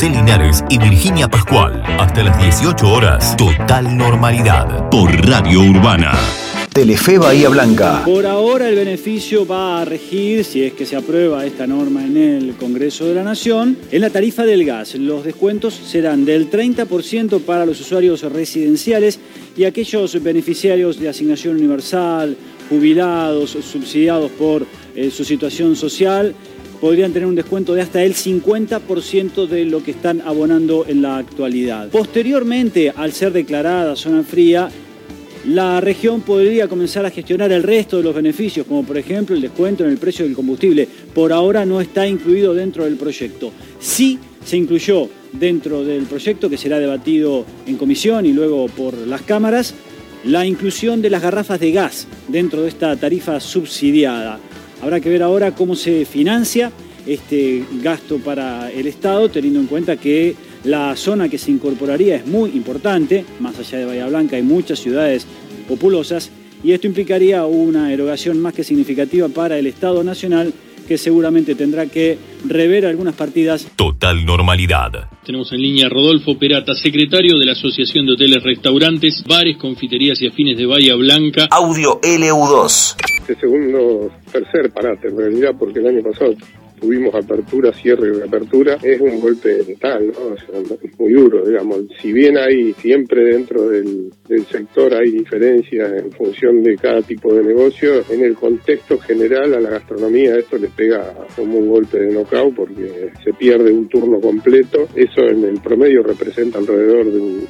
José Linares y Virginia Pascual. Hasta las 18 horas, Total Normalidad, por Radio Urbana. Telefe Bahía Blanca. Por ahora el beneficio va a regir, si es que se aprueba esta norma en el Congreso de la Nación, en la tarifa del gas. Los descuentos serán del 30% para los usuarios residenciales y aquellos beneficiarios de asignación universal, jubilados, subsidiados por su situación social, podrían tener un descuento de hasta el 50% de lo que están abonando en la actualidad. Posteriormente, al ser declarada zona fría, la región podría comenzar a gestionar el resto de los beneficios, como por ejemplo el descuento en el precio del combustible. Por ahora no está incluido dentro del proyecto. Sí se incluyó dentro del proyecto, que será debatido en comisión y luego por las cámaras, la inclusión de las garrafas de gas dentro de esta tarifa subsidiada. Habrá que ver ahora cómo se financia este gasto para el Estado, teniendo en cuenta que la zona que se incorporaría es muy importante. Más allá de Bahía Blanca hay muchas ciudades populosas y esto implicaría una erogación más que significativa para el Estado Nacional, que seguramente tendrá que rever algunas partidas. Total Normalidad. Tenemos en línea a Rodolfo Perata, secretario de la Asociación de Hoteles, Restaurantes, Bares, Confiterías y Afines de Bahía Blanca. Audio LU2. Tercer parate en realidad, porque el año pasado tuvimos apertura, cierre y reapertura. Es un golpe mental, ¿no? O sea, es muy duro, digamos. Si bien hay siempre dentro del sector hay diferencias en función de cada tipo de negocio, en el contexto general a la gastronomía esto le pega como un golpe de knockout porque se pierde un turno completo. Eso en el promedio representa alrededor de un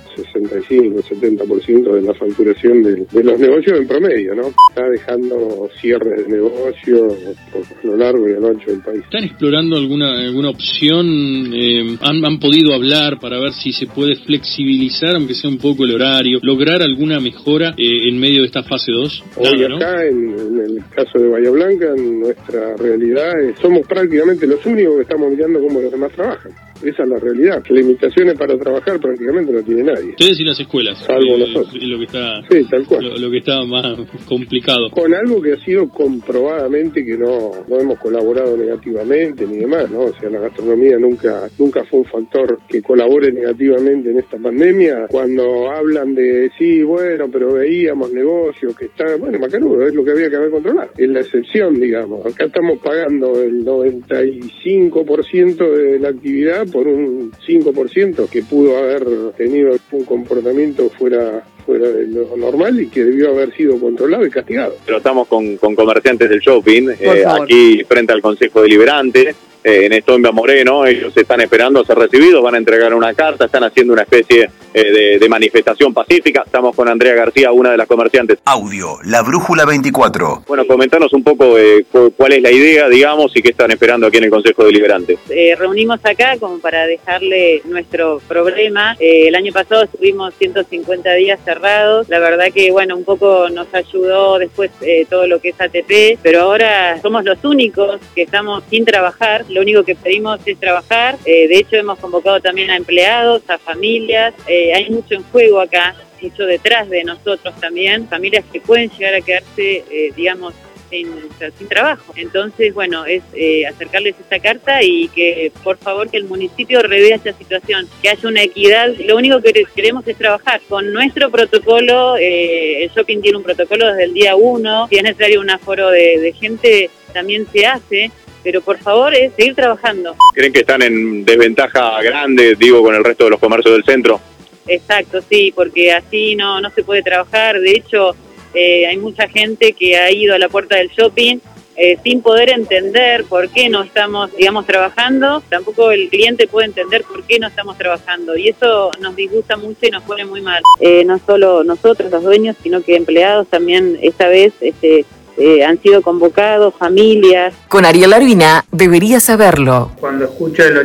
65-70% de la facturación de los negocios en promedio, ¿no? Está dejando cierres de negocios a lo largo y a lo ancho del país. ¿Están explorando alguna opción? ¿Han podido hablar para ver si se puede flexibilizar, aunque sea un poco el horario, lograr alguna mejora en medio de esta fase 2? Hoy acá, en el caso de Bahía Blanca, en nuestra realidad, somos prácticamente los únicos que estamos mirando cómo los demás trabajan. Esa es la realidad. Limitaciones para trabajar prácticamente no tiene nadie. Ustedes y las escuelas. Salvo nosotros. Lo que está, sí, tal cual. Lo que está más complicado. Con algo que ha sido comprobadamente que no hemos colaborado negativamente ni demás, ¿no? O sea, la gastronomía nunca fue un factor que colabore negativamente en esta pandemia. Cuando hablan de, sí, bueno, pero veíamos negocios que están, bueno, macanudo, es lo que había que haber controlado. Es la excepción, digamos. Acá estamos pagando el 95% de la actividad por un 5% que pudo haber tenido un comportamiento fuera de lo normal y que debió haber sido controlado y castigado. Pero estamos con comerciantes del shopping, aquí frente al Consejo Deliberante, en Estomba Moreno. Ellos están esperando a ser recibidos, van a entregar una carta, están haciendo una especie de manifestación pacífica. Estamos con Andrea García, una de las comerciantes. Audio, La Brújula 24. Bueno, comentanos un poco cuál es la idea, digamos, y qué están esperando aquí en el Consejo Deliberante. Reunimos acá como para dejarle nuestro problema. El año pasado estuvimos 150 días cerrados. La verdad que, bueno, un poco nos ayudó después todo lo que es ATP, pero ahora somos los únicos que estamos sin trabajar. Lo único que pedimos es trabajar. De hecho, hemos convocado también a empleados, a familias. Hay mucho en juego acá, mucho detrás de nosotros también. Familias que pueden llegar a quedarse, digamos, sin trabajo. Entonces, bueno, es acercarles esta carta y que, por favor, que el municipio revea esta situación, que haya una equidad. Lo único que queremos es trabajar con nuestro protocolo. El shopping tiene un protocolo desde el día 1. Si es necesario un aforo de gente, también se hace. Pero por favor es seguir trabajando. ¿Creen que están en desventaja grande, con el resto de los comercios del centro? Exacto, sí, porque así no se puede trabajar. De hecho, hay mucha gente que ha ido a la puerta del shopping sin poder entender por qué no estamos, trabajando. Tampoco el cliente puede entender por qué no estamos trabajando. Y eso nos disgusta mucho y nos pone muy mal. No solo nosotros, los dueños, sino que empleados también esta vez han sido convocados, familias. Con Ariel Arvina deberías saberlo. Cuando escucho el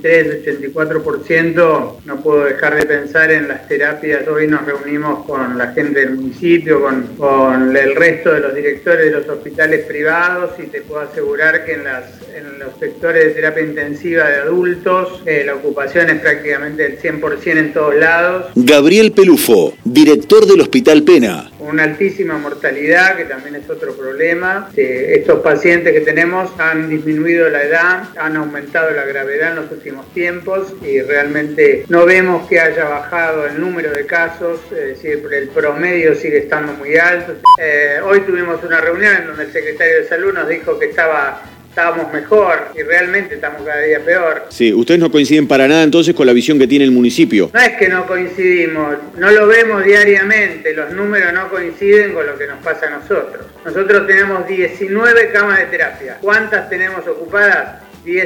83-84%, no puedo dejar de pensar en las terapias. Hoy nos reunimos con la gente del municipio, con el resto de los directores de los hospitales privados, y te puedo asegurar que en los sectores de terapia intensiva de adultos, la ocupación es prácticamente el 100% en todos lados. Gabriel Pelufo, director del Hospital Pena. una altísima mortalidad, que también es otro problema. Estos pacientes que tenemos han disminuido la edad, han aumentado la gravedad en los últimos tiempos y realmente no vemos que haya bajado el número de casos, es decir, el promedio sigue estando muy alto. Hoy tuvimos una reunión en donde el secretario de Salud nos dijo que estábamos mejor y realmente estamos cada día peor. Sí, ustedes no coinciden para nada entonces con la visión que tiene el municipio. No es que no coincidimos, no lo vemos diariamente, los números no coinciden con lo que nos pasa a nosotros. Nosotros tenemos 19 camas de terapia. ¿Cuántas tenemos ocupadas?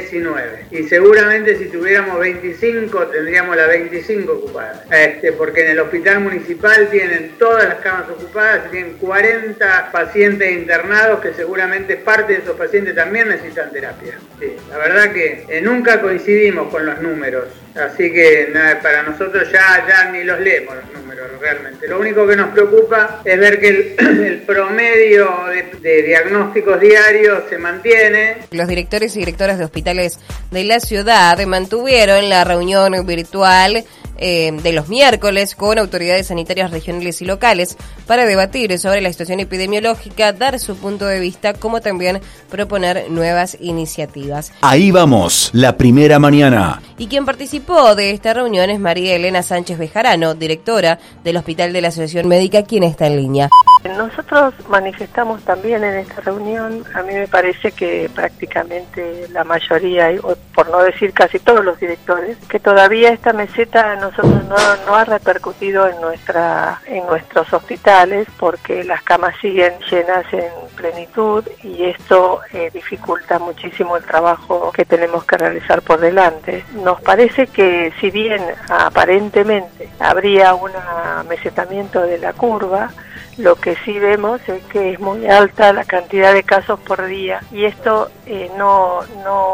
19. Y seguramente si tuviéramos 25 tendríamos las 25 ocupadas. Porque en el hospital municipal tienen todas las camas ocupadas y tienen 40 pacientes internados que seguramente parte de esos pacientes también necesitan terapia. Sí, la verdad que nunca coincidimos con los números. Así que nada, para nosotros ya ni los leemos los números realmente. Lo único que nos preocupa es ver que el promedio de diagnósticos diarios se mantiene. Los directores y directoras de hospitales de la ciudad mantuvieron la reunión virtual de los miércoles con autoridades sanitarias regionales y locales para debatir sobre la situación epidemiológica, dar su punto de vista, como también proponer nuevas iniciativas. Ahí vamos, la primera mañana. Y quien participó de esta reunión es María Elena Sánchez Bejarano, directora del Hospital de la Asociación Médica, quien está en línea. Nosotros manifestamos también en esta reunión, a mí me parece que prácticamente la mayoría, o por no decir casi todos los directores, que todavía esta meseta nosotros no ha repercutido en nuestros hospitales, porque las camas siguen llenas en plenitud y esto dificulta muchísimo el trabajo que tenemos que realizar por delante. Nos parece que si bien aparentemente habría un amesetamiento de la curva, lo que sí vemos es que es muy alta la cantidad de casos por día y esto no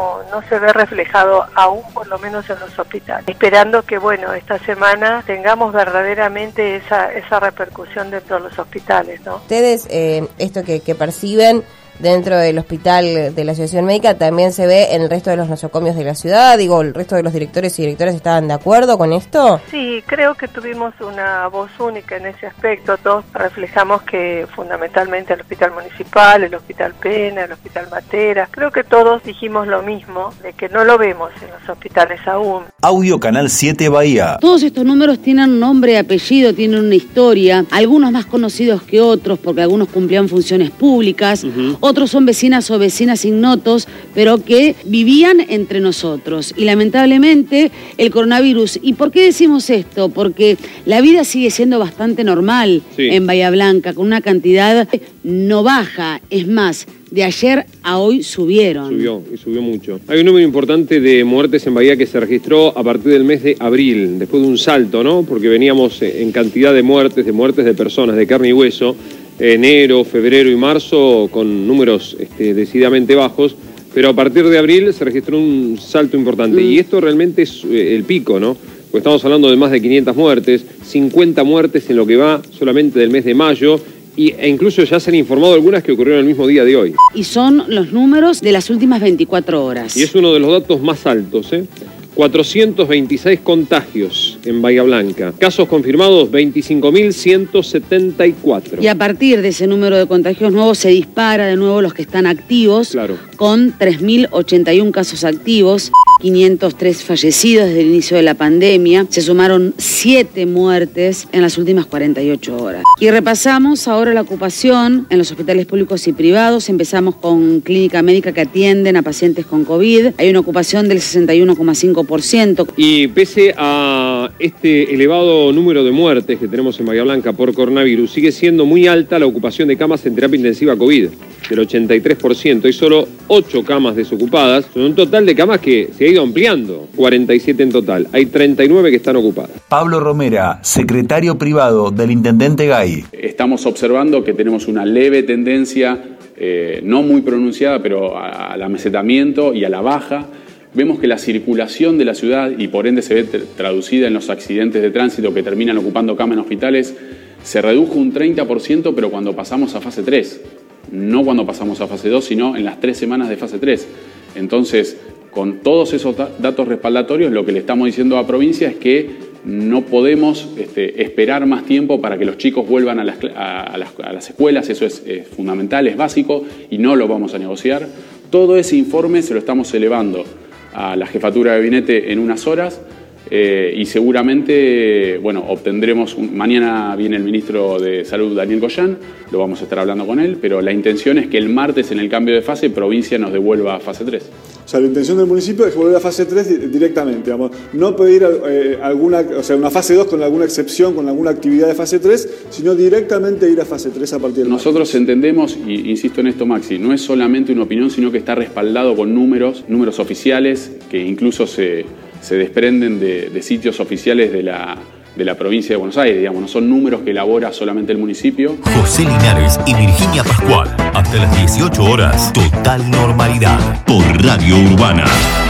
se ve reflejado aún, por lo menos en los hospitales. Esperando que esta semana tengamos verdaderamente esa repercusión dentro de los hospitales, ¿no? Ustedes, esto que perciben dentro del hospital de la Asociación Médica también se ve en el resto de los nosocomios de la ciudad. Digo, ¿el resto de los directores y directoras estaban de acuerdo con esto? Sí, creo que tuvimos una voz única en ese aspecto. Todos reflejamos que fundamentalmente el hospital municipal, el hospital Pena, el hospital Matera, creo que todos dijimos lo mismo, de que no lo vemos en los hospitales aún. Audio Canal 7 Bahía. Todos estos números tienen nombre y apellido, tienen una historia, algunos más conocidos que otros porque algunos cumplían funciones públicas, otros son vecinas o vecinas ignotos, pero que vivían entre nosotros. Y lamentablemente el coronavirus, ¿y por qué decimos esto? Porque la vida sigue siendo bastante normal en Bahía Blanca, con una cantidad no baja, es más, de ayer a hoy subieron. Subió mucho. Hay un número importante de muertes en Bahía que se registró a partir del mes de abril, después de un salto, ¿no? Porque veníamos en cantidad de muertes de personas de carne y hueso, enero, febrero y marzo con números decididamente bajos, pero a partir de abril se registró un salto importante y esto realmente es el pico, ¿no? Porque estamos hablando de más de 500 muertes, 50 muertes en lo que va solamente del mes de mayo e incluso ya se han informado algunas que ocurrieron el mismo día de hoy. Y son los números de las últimas 24 horas. Y es uno de los datos más altos, 426 contagios en Bahía Blanca. Casos confirmados, 25.174. Y a partir de ese número de contagios nuevos se dispara de nuevo los que están activos, con 3.081 casos activos, 503 fallecidos desde el inicio de la pandemia. Se sumaron 7 muertes en las últimas 48 horas. Y repasamos ahora la ocupación en los hospitales públicos y privados. Empezamos con Clínica Médica, que atienden a pacientes con COVID. Hay una ocupación del 61,5%. Y pese a este elevado número de muertes que tenemos en Bahía Blanca por coronavirus, sigue siendo muy alta la ocupación de camas en terapia intensiva COVID, del 83%. Hay solo 8 camas desocupadas, son un total de camas que se ha ido ampliando, 47 en total. Hay 39 que están ocupadas. Pablo Romera, secretario privado del intendente Gay. Estamos observando que tenemos una leve tendencia, no muy pronunciada, pero al amesetamiento y a la baja. Vemos que la circulación de la ciudad, y por ende se ve traducida en los accidentes de tránsito que terminan ocupando camas en hospitales, se redujo un 30%, pero cuando pasamos a fase 3. No cuando pasamos a fase 2, sino en las 3 semanas de fase 3. Entonces, con todos esos datos respaldatorios, lo que le estamos diciendo a provincia es que no podemos esperar más tiempo para que los chicos vuelvan a las escuelas, eso es fundamental, es básico y no lo vamos a negociar. Todo ese informe se lo estamos elevando a la jefatura de gabinete en unas horas y seguramente, obtendremos, mañana viene el ministro de Salud, Daniel Goyan, lo vamos a estar hablando con él, pero la intención es que el martes en el cambio de fase, provincia nos devuelva a fase 3. O sea, la intención del municipio es volver a fase 3 directamente, digamos, no pedir una fase 2 con alguna excepción, con alguna actividad de fase 3, sino directamente ir a fase 3 a partir del Nosotros entendemos, y insisto en esto, Maxi, no es solamente una opinión, sino que está respaldado con números oficiales que incluso se desprenden de sitios oficiales de la provincia de Buenos Aires, digamos, no son números que elabora solamente el municipio. José Linares y Virginia Pascual, hasta las 18 horas, total normalidad, por Radio Urbana.